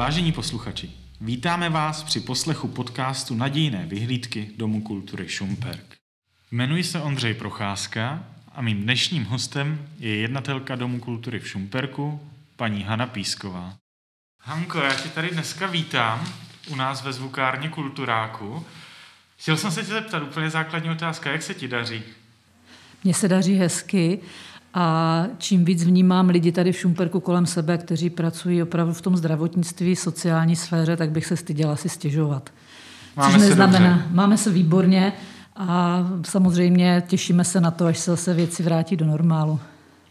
Vážení posluchači, vítáme vás při poslechu podcastu Nadějné vyhlídky Domu kultury Šumperk. Jmenuji se Ondřej Procházka a mým dnešním hostem je jednatelka Domu kultury v Šumperku, paní Hana Písková. Hanko, já tě tady dneska vítám u nás ve zvukárně Kulturáku. Chtěl jsem se tě zeptat úplně základní otázka, jak se ti daří? Mně se daří hezky a čím víc vnímám lidi tady v Šumperku kolem sebe, kteří pracují opravdu v tom zdravotnictví, sociální sféře, tak bych se styděla si stěžovat. Máme se výborně a samozřejmě těšíme se na to, až se zase věci vrátí do normálu.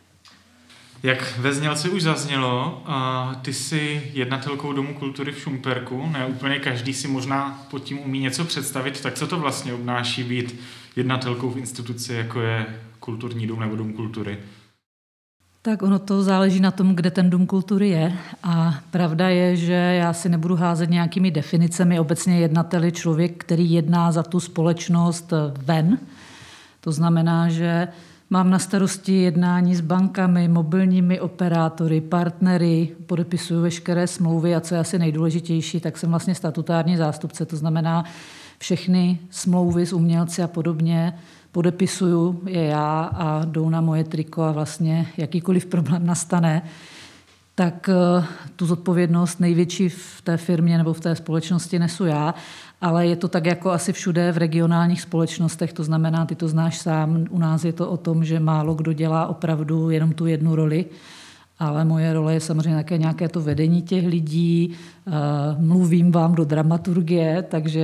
Jak ve znělce už zaznělo, ty jsi jednatelkou Domu kultury v Šumperku. Ne úplně každý si možná pod tím umí něco představit. Tak co to vlastně obnáší být jednatelkou v instituci, jako je kulturní dům nebo Dům kultury? Tak ono to záleží na tom, kde ten Dům kultury je. A pravda je, že já si nebudu házet nějakými definicemi. Obecně jednatel je člověk, který jedná za tu společnost ven. To znamená, že mám na starosti jednání s bankami, mobilními operátory, partnery, podepisuju veškeré smlouvy a co je asi nejdůležitější, tak jsem vlastně statutární zástupce, to znamená všechny smlouvy s umělci a podobně podepisuju je já a jdou na moje triko a vlastně jakýkoliv problém nastane, tak tu zodpovědnost největší v té firmě nebo v té společnosti nesu já, ale je to tak jako asi všude v regionálních společnostech, to znamená, ty to znáš sám, u nás je to o tom, že málo kdo dělá opravdu jenom tu jednu roli, ale moje role je samozřejmě také nějaké to vedení těch lidí, mluvím vám do dramaturgie, takže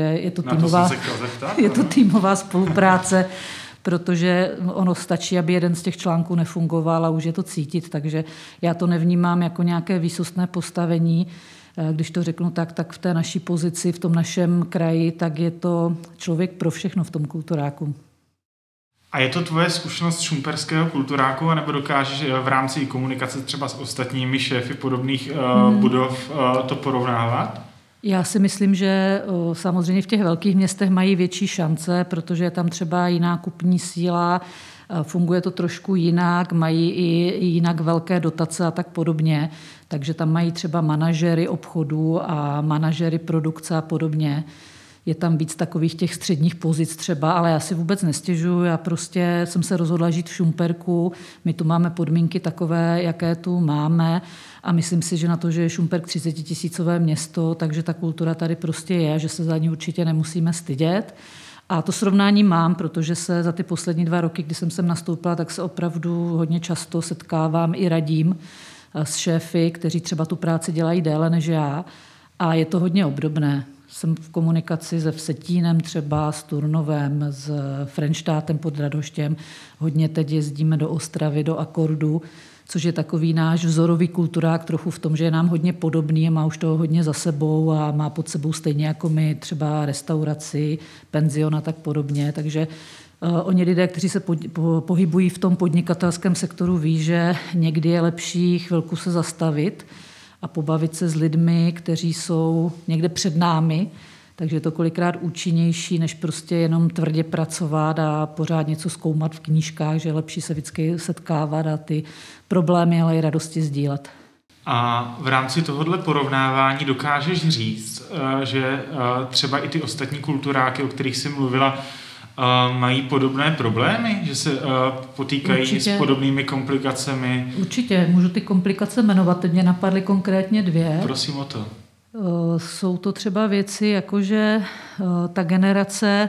je to týmová spolupráce, protože ono stačí, aby jeden z těch článků nefungoval a už je to cítit, takže já to nevnímám jako nějaké výsostné postavení. Když to řeknu tak v té naší pozici, v tom našem kraji, tak je to člověk pro všechno v tom kulturáku. A je to tvoje zkušenost šumperského kulturáku, anebo dokážeš v rámci komunikace třeba s ostatními šéfy podobných budov to porovnávat? Já si myslím, že samozřejmě v těch velkých městech mají větší šance, protože je tam třeba jiná kupní síla, funguje to trošku jinak, mají i jinak velké dotace a tak podobně, takže tam mají třeba manažery obchodů a manažery produkce a podobně. Je tam víc takových těch středních pozic třeba, ale já si vůbec nestěžuji, já prostě jsem se rozhodla žít v Šumperku, my tu máme podmínky takové, jaké tu máme a myslím si, že na to, že je Šumperk 30 000 město, takže ta kultura tady prostě je, že se za ní určitě nemusíme stydět. A to srovnání mám, protože se za ty poslední 2 roky, kdy jsem sem nastoupila, tak se opravdu hodně často setkávám i radím s šéfy, kteří třeba tu práci dělají déle než já a je to hodně obdobné. Jsem v komunikaci se Vsetínem třeba, s Turnovem, s Frenštátem pod Radhoštěm. Hodně teď jezdíme do Ostravy, do Akordu, což je takový náš vzorový kulturák trochu v tom, že je nám hodně podobný a má už toho hodně za sebou a má pod sebou stejně jako my třeba restauraci, penzion a tak podobně. Takže oni lidé, kteří se pohybují v tom podnikatelském sektoru, ví, že někdy je lepší chvilku se zastavit a pobavit se s lidmi, kteří jsou někde před námi, takže je to kolikrát účinnější, než prostě jenom tvrdě pracovat a pořád něco zkoumat v knížkách, že je lepší se vždycky setkávat a ty problémy, ale i radosti sdílet. A v rámci tohohle porovnávání dokážeš říct, že třeba i ty ostatní kulturáky, o kterých jsi mluvila, mají podobné problémy, že se potýkají určitě s podobnými komplikacemi? Určitě, můžu ty komplikace jmenovat, teď mě napadly konkrétně 2. Prosím o to. Jsou to třeba věci, jakože ta generace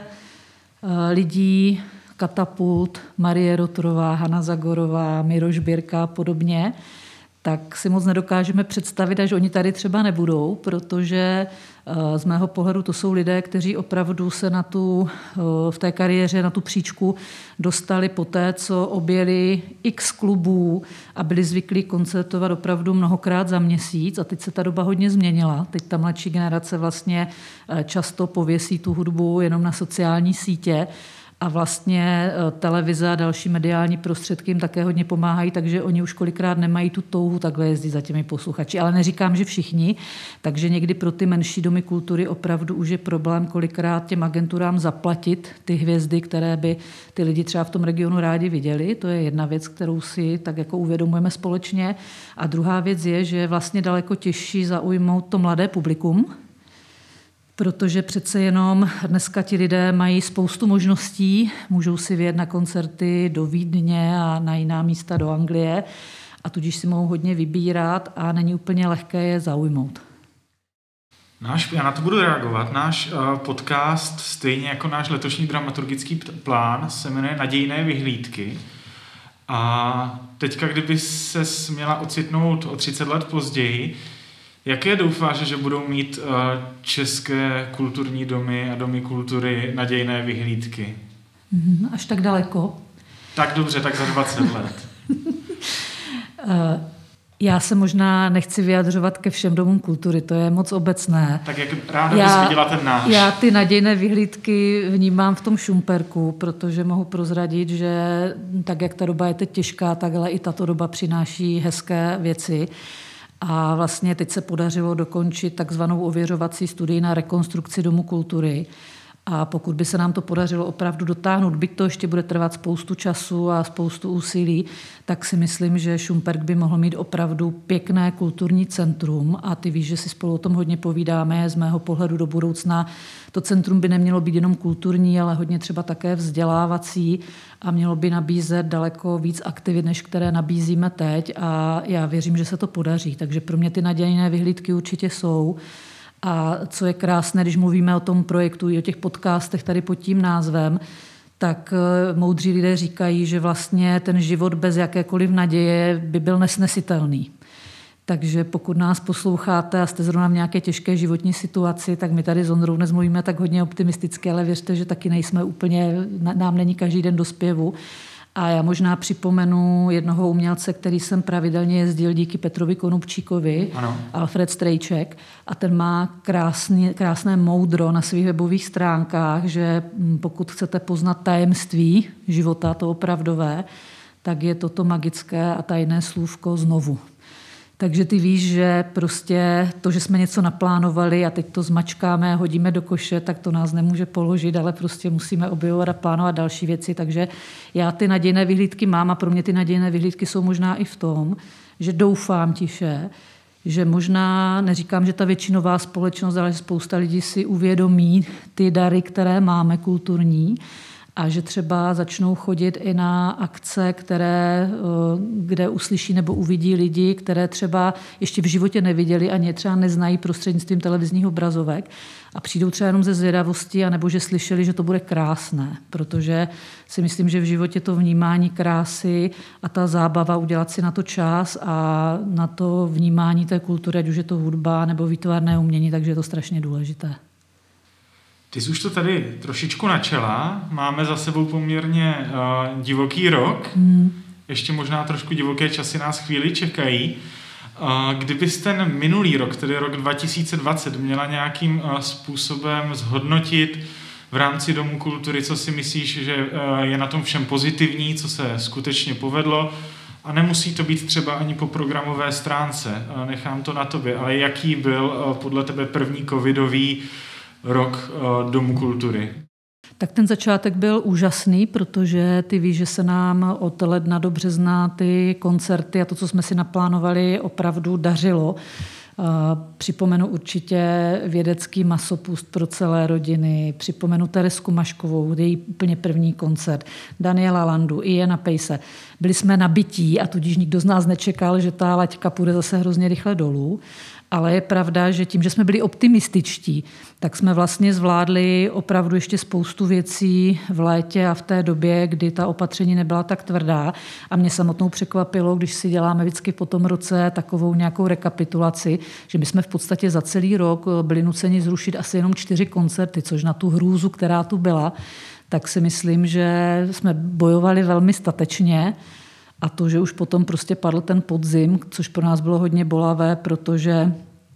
lidí, Katapult, Marie Rotorová, Hana Zagorová, Miroš Birka a podobně, tak si moc nedokážeme představit, až oni tady třeba nebudou, protože z mého pohledu to jsou lidé, kteří opravdu se v té kariéře na tu příčku dostali poté, co objeli x klubů a byli zvyklí koncertovat opravdu mnohokrát za měsíc a teď se ta doba hodně změnila. Teď ta mladší generace vlastně často pověsí tu hudbu jenom na sociální sítě A vlastně televize a další mediální prostředky jim také hodně pomáhají, takže oni už kolikrát nemají tu touhu takhle jezdit za těmi posluchači. Ale neříkám, že všichni, takže někdy pro ty menší domy kultury opravdu už je problém kolikrát těm agenturám zaplatit ty hvězdy, které by ty lidi třeba v tom regionu rádi viděli. To je jedna věc, kterou si tak jako uvědomujeme společně. A druhá věc je, že je vlastně daleko těžší zaujmout to mladé publikum, protože přece jenom dneska ti lidé mají spoustu možností, můžou si vyjet na koncerty do Vídně a na jiná místa do Anglie a tudíž si mohou hodně vybírat a není úplně lehké je zaujmout. Já na to budu reagovat. Náš podcast, stejně jako náš letošní dramaturgický plán, se jmenuje Nadějné vyhlídky. A teďka, kdyby se měla ocitnout o 30 let později, jaké doufáš, že budou mít české kulturní domy a domy kultury nadějné vyhlídky? Až tak daleko? Tak dobře, tak za 20 let. Já se možná nechci vyjadřovat ke všem domům kultury, to je moc obecné. Tak jak ráda bys viděla ten náš. Já ty nadějné vyhlídky vnímám v tom Šumperku, protože mohu prozradit, že tak, jak ta doba je teď těžká, tak ale i tato doba přináší hezké věci. A vlastně teď se podařilo dokončit takzvanou ověřovací studii na rekonstrukci domu kultury. A pokud by se nám to podařilo opravdu dotáhnout, byť to ještě bude trvat spoustu času a spoustu úsilí, tak si myslím, že Šumperk by mohl mít opravdu pěkné kulturní centrum. A ty víš, že si spolu o tom hodně povídáme. Z mého pohledu do budoucna to centrum by nemělo být jenom kulturní, ale hodně třeba také vzdělávací a mělo by nabízet daleko víc aktivit, než které nabízíme teď. A já věřím, že se to podaří. Takže pro mě ty nadějné vyhlídky určitě jsou. A co je krásné, když mluvíme o tom projektu i o těch podcastech tady pod tím názvem, tak moudří lidé říkají, že vlastně ten život bez jakékoliv naděje by byl nesnesitelný. Takže pokud nás posloucháte a jste zrovna v nějaké těžké životní situaci, tak my tady s Ondrou dnes mluvíme tak hodně optimisticky, ale věřte, že taky nejsme úplně, nám není každý den do zpěvu. A já možná připomenu jednoho umělce, který jsem pravidelně jezdil díky Petrovi Konupčíkovi, ano. Alfred Strejček, a ten má krásné moudro na svých webových stránkách, že pokud chcete poznat tajemství života, to opravdové, tak je toto magické a tajné slůvko znovu. Takže ty víš, že prostě to, že jsme něco naplánovali a teď to zmačkáme a hodíme do koše, tak to nás nemůže položit, ale prostě musíme objevovat a plánovat další věci. Takže já ty nadějné vyhlídky mám a pro mě ty nadějné vyhlídky jsou možná i v tom, že doufám tiše, že možná, neříkám, že ta většinová společnost, ale že spousta lidí si uvědomí ty dary, které máme kulturní, a že třeba začnou chodit i na akce, kde uslyší nebo uvidí lidi, které třeba ještě v životě neviděli ani třeba neznají prostřednictvím televizních obrazovek a přijdou třeba jenom ze zvědavosti, anebo že slyšeli, že to bude krásné, protože si myslím, že v životě to vnímání krásy a ta zábava, udělat si na to čas a na to vnímání té kultury, ať už je to hudba nebo výtvarné umění, takže je to strašně důležité. Ty jsi už to tady trošičku načela. Máme za sebou poměrně divoký rok. Ještě možná trošku divoké časy nás chvíli čekají. Kdybys ten minulý rok, tedy rok 2020, měla nějakým způsobem zhodnotit v rámci Domu kultury, co si myslíš, že je na tom všem pozitivní, co se skutečně povedlo, a nemusí to být třeba ani po programové stránce, nechám to na tobě, ale jaký byl podle tebe první covidový rok Domu kultury? Tak ten začátek byl úžasný, protože ty víš, že se nám od ledna do března ty koncerty a to, co jsme si naplánovali, opravdu dařilo. Připomenu určitě vědecký masopust pro celé rodiny, připomenu Teresku Maškovou, její úplně první koncert, Daniela Landu, Iana Pejse. Byli jsme nabití a tudíž nikdo z nás nečekal, že ta laťka půjde zase hrozně rychle dolů. Ale je pravda, že tím, že jsme byli optimističtí, tak jsme vlastně zvládli opravdu ještě spoustu věcí v létě a v té době, kdy ta opatření nebyla tak tvrdá. A mě samotnou překvapilo, když si děláme vždycky po tom roce takovou nějakou rekapitulaci, že my jsme v podstatě za celý rok byli nuceni zrušit asi jenom 4 koncerty, což na tu hrůzu, která tu byla, tak si myslím, že jsme bojovali velmi statečně. A to, že už potom prostě padl ten podzim, což pro nás bylo hodně bolavé, protože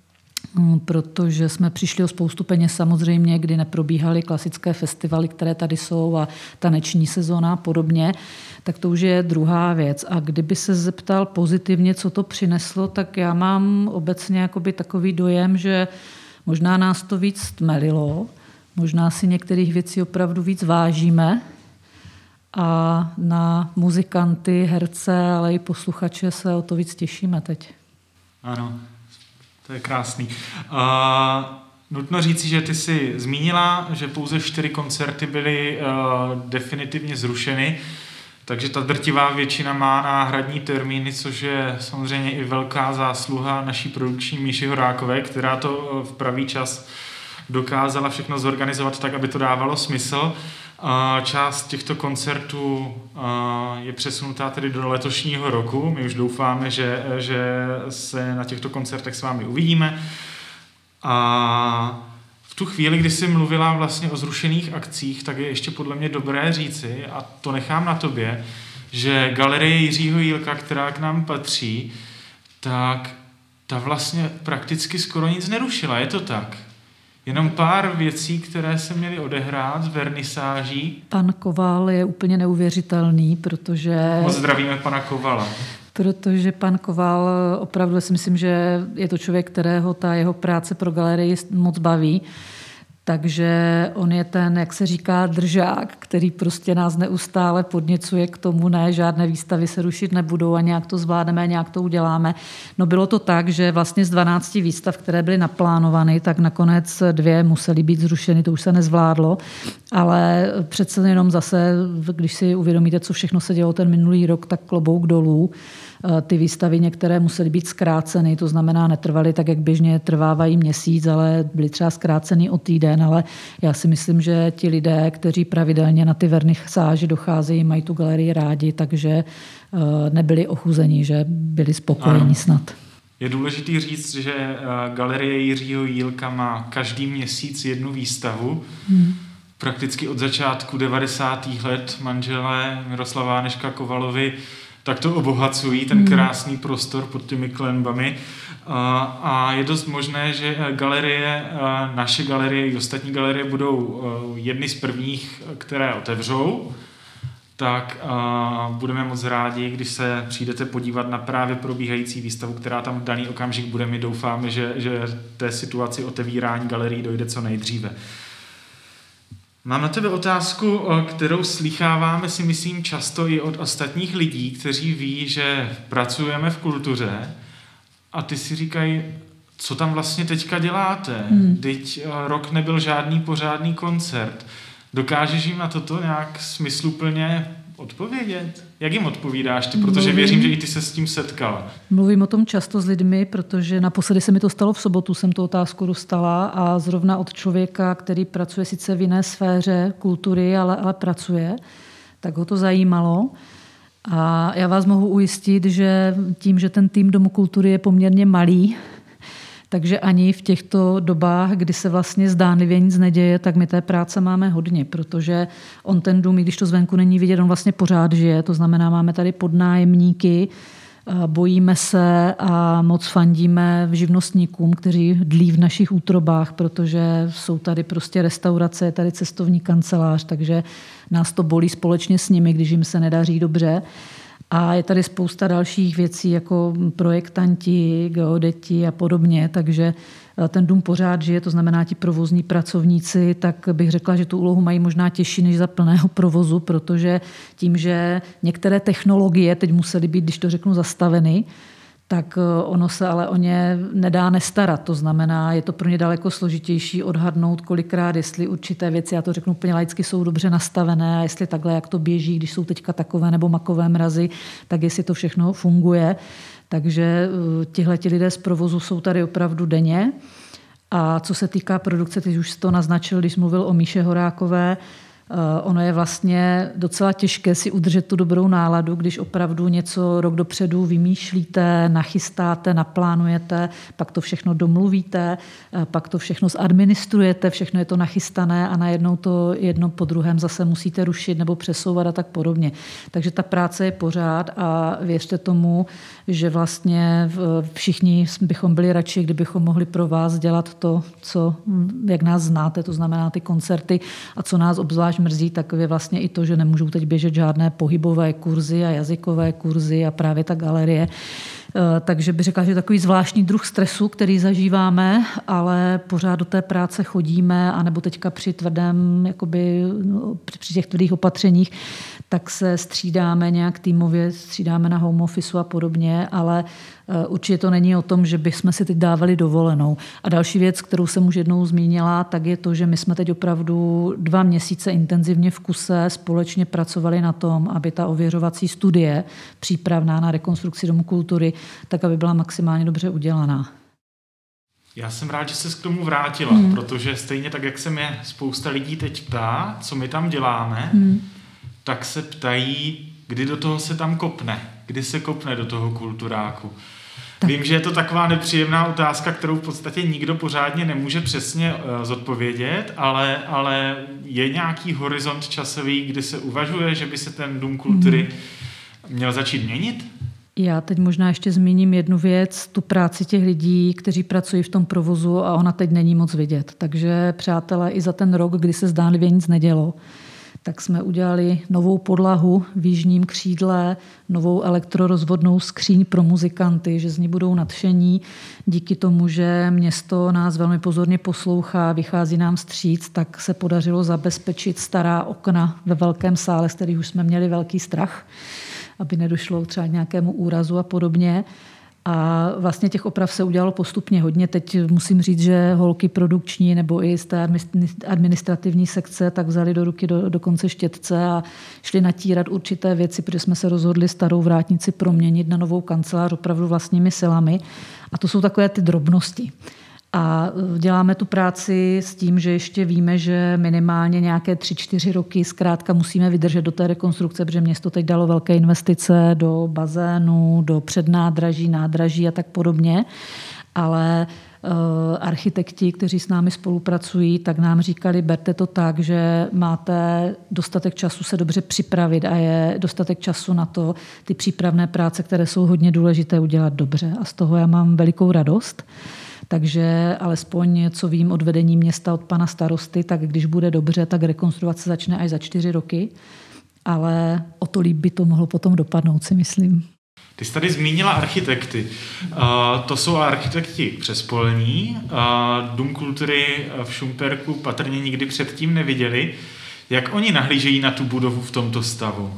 protože jsme přišli o spoustu peněz samozřejmě, kdy neprobíhaly klasické festivaly, které tady jsou a taneční sezóna a podobně, tak to už je druhá věc. A kdyby se zeptal pozitivně, co to přineslo, tak já mám obecně jakoby takový dojem, že možná nás to víc stmelilo, možná si některých věcí opravdu víc vážíme a na muzikanty, herce, ale i posluchače se o to víc těšíme teď. Ano, to je krásný. Nutno říci, že ty jsi zmínila, že pouze 4 koncerty byly definitivně zrušeny, takže ta drtivá většina má náhradní termíny, což je samozřejmě i velká zásluha naší produkční Míši Horákové, která to v pravý čas dokázala všechno zorganizovat tak, aby to dávalo smysl. Část těchto koncertů je přesunutá tedy do letošního roku. My už doufáme, že se na těchto koncertech s vámi uvidíme. A v tu chvíli, kdy jsi mluvila vlastně o zrušených akcích, tak je ještě podle mě dobré říci, a to nechám na tobě, že Galerie Jiřího Jílka, která k nám patří, tak ta vlastně prakticky skoro nic nerušila. Je to tak? Jenom pár věcí, které se měly odehrát z vernisáží. Pan Koval je úplně neuvěřitelný, protože... Moc zdravíme pana Kovala. Protože pan Koval opravdu si myslím, že je to člověk, kterého ta jeho práce pro galerii moc baví. Takže on je ten, jak se říká, držák, který prostě nás neustále podněcuje k tomu, ne, žádné výstavy se rušit nebudou a nějak to zvládneme, nějak to uděláme. No bylo to tak, že vlastně z 12 výstav, které byly naplánovány, tak nakonec 2 musely být zrušeny, to už se nezvládlo, ale přece jenom zase, když si uvědomíte, co všechno se dělo ten minulý rok, tak klobouk dolů. Ty výstavy některé musely být zkráceny, to znamená netrvaly tak, jak běžně trvávají měsíc, ale byly třeba zkráceny o týden, ale já si myslím, že ti lidé, kteří pravidelně na ty vernisáže docházejí, mají tu galerii rádi, takže nebyli ochuzení, že byli spokojení snad. Je důležitý říct, že Galerie Jiřího Jílka má každý měsíc 1 výstavu. Prakticky od začátku 90. let manželé Miroslava a Anežka Kovalovi tak to obohacují, ten krásný prostor pod těmi klenbami. A je dost možné, že naše galerie i ostatní galerie budou jedny z prvních, které otevřou. Tak budeme moc rádi, když se přijdete podívat na právě probíhající výstavu, která tam v daný okamžik bude. My doufáme, že té situaci otevírání galerií dojde co nejdříve. Mám na tebe otázku, kterou slýcháváme si myslím často i od ostatních lidí, kteří ví, že pracujeme v kultuře a ty si říkají, co tam vlastně teďka děláte? Vždyť rok nebyl žádný pořádný koncert. Dokážeš jim na toto nějak smysluplně odpovědět? Jak jim odpovídáš ty? Protože věřím, že i ty se s tím setkala. Mluvím o tom často s lidmi, protože naposledy se mi to stalo v sobotu, jsem tu otázku dostala a zrovna od člověka, který pracuje sice v jiné sféře kultury, ale pracuje, tak ho to zajímalo. A já vás mohu ujistit, že tím, že ten tým Domu kultury je poměrně malý, takže ani v těchto dobách, kdy se vlastně zdánlivě nic neděje, tak my té práce máme hodně, protože on ten dům, i když to zvenku není vidět, on vlastně pořád žije. To znamená, máme tady podnájemníky, bojíme se a moc fandíme živnostníkům, kteří dlí v našich útrobách, protože jsou tady prostě restaurace, je tady cestovní kancelář, takže nás to bolí společně s nimi, když jim se nedaří dobře. A je tady spousta dalších věcí, jako projektanti, geodeti a podobně, takže ten dům pořád žije, to znamená ti provozní pracovníci, tak bych řekla, že tu úlohu mají možná těžší než za plného provozu, protože tím, že některé technologie teď musely být, když to řeknu, zastaveny, tak ono se ale o ně nedá nestarat. To znamená, je to pro ně daleko složitější odhadnout kolikrát, jestli určité věci, já to řeknu úplně laicky, jsou dobře nastavené a jestli takhle, jak to běží, když jsou teďka takové nebo makové mrazy, tak jestli to všechno funguje. Takže tihleti lidé z provozu jsou tady opravdu denně. A co se týká produkce, teď už to naznačil, když mluvil o Míše Horákové, Ono je vlastně docela těžké si udržet tu dobrou náladu, když opravdu něco rok dopředu vymýšlíte, nachystáte, naplánujete, pak to všechno domluvíte, pak to všechno zadministrujete, všechno je to nachystané a najednou to jedno po druhém zase musíte rušit nebo přesouvat a tak podobně. Takže ta práce je pořád a věřte tomu, že vlastně všichni bychom byli radši, kdybychom mohli pro vás dělat to, co, jak nás znáte, to znamená ty koncerty a co nás obzvlášť mrzí, tak je vlastně i to, že nemůžou teď běžet žádné pohybové kurzy a jazykové kurzy a právě ta galerie. Takže bych řekla, že je takový zvláštní druh stresu, který zažíváme, ale pořád do té práce chodíme, anebo teďka při těch tvrdých opatřeních, tak se střídáme nějak týmově, střídáme na home office a podobně, ale určitě to není o tom, že bychom si teď dávali dovolenou. A další věc, kterou jsem už jednou zmínila, tak je to, že my jsme teď opravdu 2 měsíce intenzivně v kuse společně pracovali na tom, aby ta ověřovací studie přípravná na rekonstrukci Domu kultury, tak aby byla maximálně dobře udělaná. Já jsem rád, že se k tomu vrátila, protože stejně tak, jak se mě spousta lidí teď ptá, co my tam děláme, tak se ptají, kdy do toho se tam kopne, kdy se kopne do toho kulturáku. Tak. Vím, že je to taková nepříjemná otázka, kterou v podstatě nikdo pořádně nemůže přesně zodpovědět, ale je nějaký horizont časový, kdy se uvažuje, že by se ten Dům kultury měl začít měnit? Já teď možná ještě zmíním jednu věc, tu práci těch lidí, kteří pracují v tom provozu a ona teď není moc vidět. Takže přátelé, i za ten rok, kdy se zdánlivě nic nedělo, tak jsme udělali novou podlahu v jižním křídle, novou elektrorozvodnou skříň pro muzikanty, že z ní budou nadšení. Díky tomu, že město nás velmi pozorně poslouchá, vychází nám vstříc, tak se podařilo zabezpečit stará okna ve velkém sále, z kterých už jsme měli velký strach, aby nedošlo třeba k nějakému úrazu a podobně. A vlastně těch oprav se udělalo postupně hodně. Teď musím říct, že holky produkční nebo i z té administrativní sekce tak vzali do ruky dokonce štětce a šli natírat určité věci, protože jsme se rozhodli starou vrátnici proměnit na novou kancelář opravdu vlastními silami. A to jsou takové ty drobnosti. A děláme tu práci s tím, že ještě víme, že minimálně nějaké 3-4 roky zkrátka musíme vydržet do té rekonstrukce, protože město teď dalo velké investice do bazénu, do přednádraží, nádraží a tak podobně. Ale architekti, kteří s námi spolupracují, tak nám říkali, berte to tak, že máte dostatek času se dobře připravit a je dostatek času na to ty přípravné práce, které jsou hodně důležité, udělat dobře. A z toho já mám velikou radost. Takže alespoň, co vím od vedení města, od pana starosty, tak když bude dobře, tak rekonstruace začne až za 4 roky. Ale o to líp by to mohlo potom dopadnout, si myslím. Ty jsi tady zmínila architekty. To jsou architekti přespolní. Dům kultury v Šumperku patrně nikdy předtím neviděli. Jak oni nahlížejí na tu budovu v tomto stavu?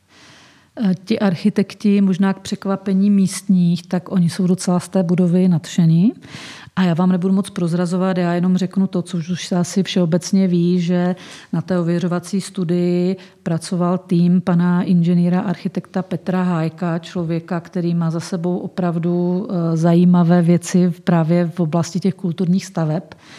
Ti architekti, možná k překvapení místních, tak oni jsou docela z té budovy nadšení. A já vám nebudu moc prozrazovat, já jenom řeknu to, co už se asi všeobecně ví, že na té ověřovací studii pracoval tým pana inženýra architekta Petra Hájka, člověka, který má za sebou opravdu zajímavé věci právě v oblasti těch kulturních staveb.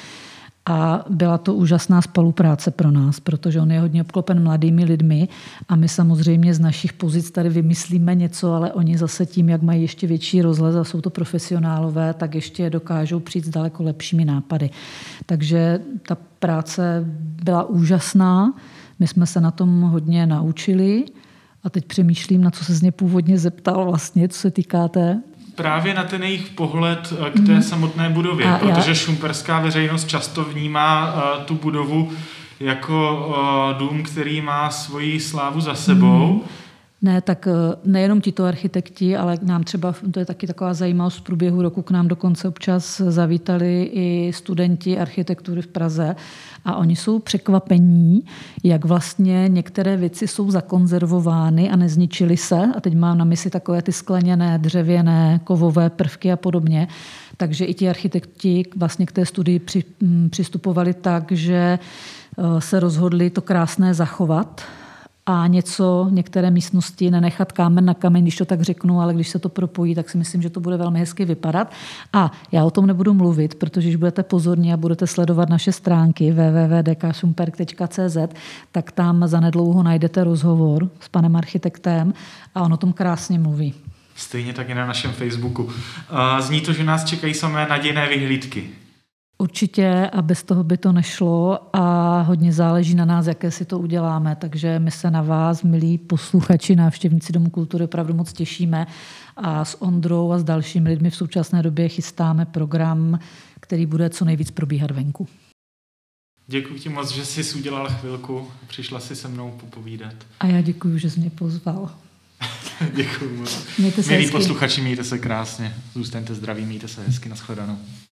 A byla to úžasná spolupráce pro nás, protože on je hodně obklopen mladými lidmi a my samozřejmě z našich pozic tady vymyslíme něco, ale oni zase tím, jak mají ještě větší rozhled a jsou to profesionálové, tak ještě dokážou přijít s daleko lepšími nápady. Takže ta práce byla úžasná, my jsme se na tom hodně naučili a teď přemýšlím, na co se z něj původně zeptal vlastně, co se týká té... Právě na ten jejich pohled k té samotné budově, protože šumperská veřejnost často vnímá tu budovu jako dům, který má svoji slávu za sebou. Ne, tak nejenom tito architekti, ale nám třeba, to je taky taková zajímavost v průběhu roku, k nám dokonce občas zavítali i studenti architektury v Praze a oni jsou překvapení, jak vlastně některé věci jsou zakonzervovány a nezničily se. A teď mám na mysli takové ty skleněné, dřevěné, kovové prvky a podobně. Takže i ti architekti vlastně k té studii přistupovali tak, že se rozhodli to krásné zachovat a některé místnosti nenechat kámen na kameň, když to tak řeknu, ale když se to propojí, tak si myslím, že to bude velmi hezky vypadat. A já o tom nebudu mluvit, protože když budete pozorní a budete sledovat naše stránky www.dkšumperk.cz, tak tam zanedlouho najdete rozhovor s panem architektem a on o tom krásně mluví. Stejně tak i na našem Facebooku. Zní to, že nás čekají samé nadějné vyhlídky. Určitě a bez toho by to nešlo a hodně záleží na nás, jaké si to uděláme. Takže my se na vás, milí posluchači, návštěvníci Domu kultury, opravdu moc těšíme a s Ondrou a s dalšími lidmi v současné době chystáme program, který bude co nejvíc probíhat venku. Děkuji ti moc, že jsi udělal chvilku, přišla si se mnou popovídat. A já děkuji, že jsi mě pozval. Děkuji moc. Milí posluchači, mějte se krásně, zůstaňte zdraví, mějte se hezky, nashledanou.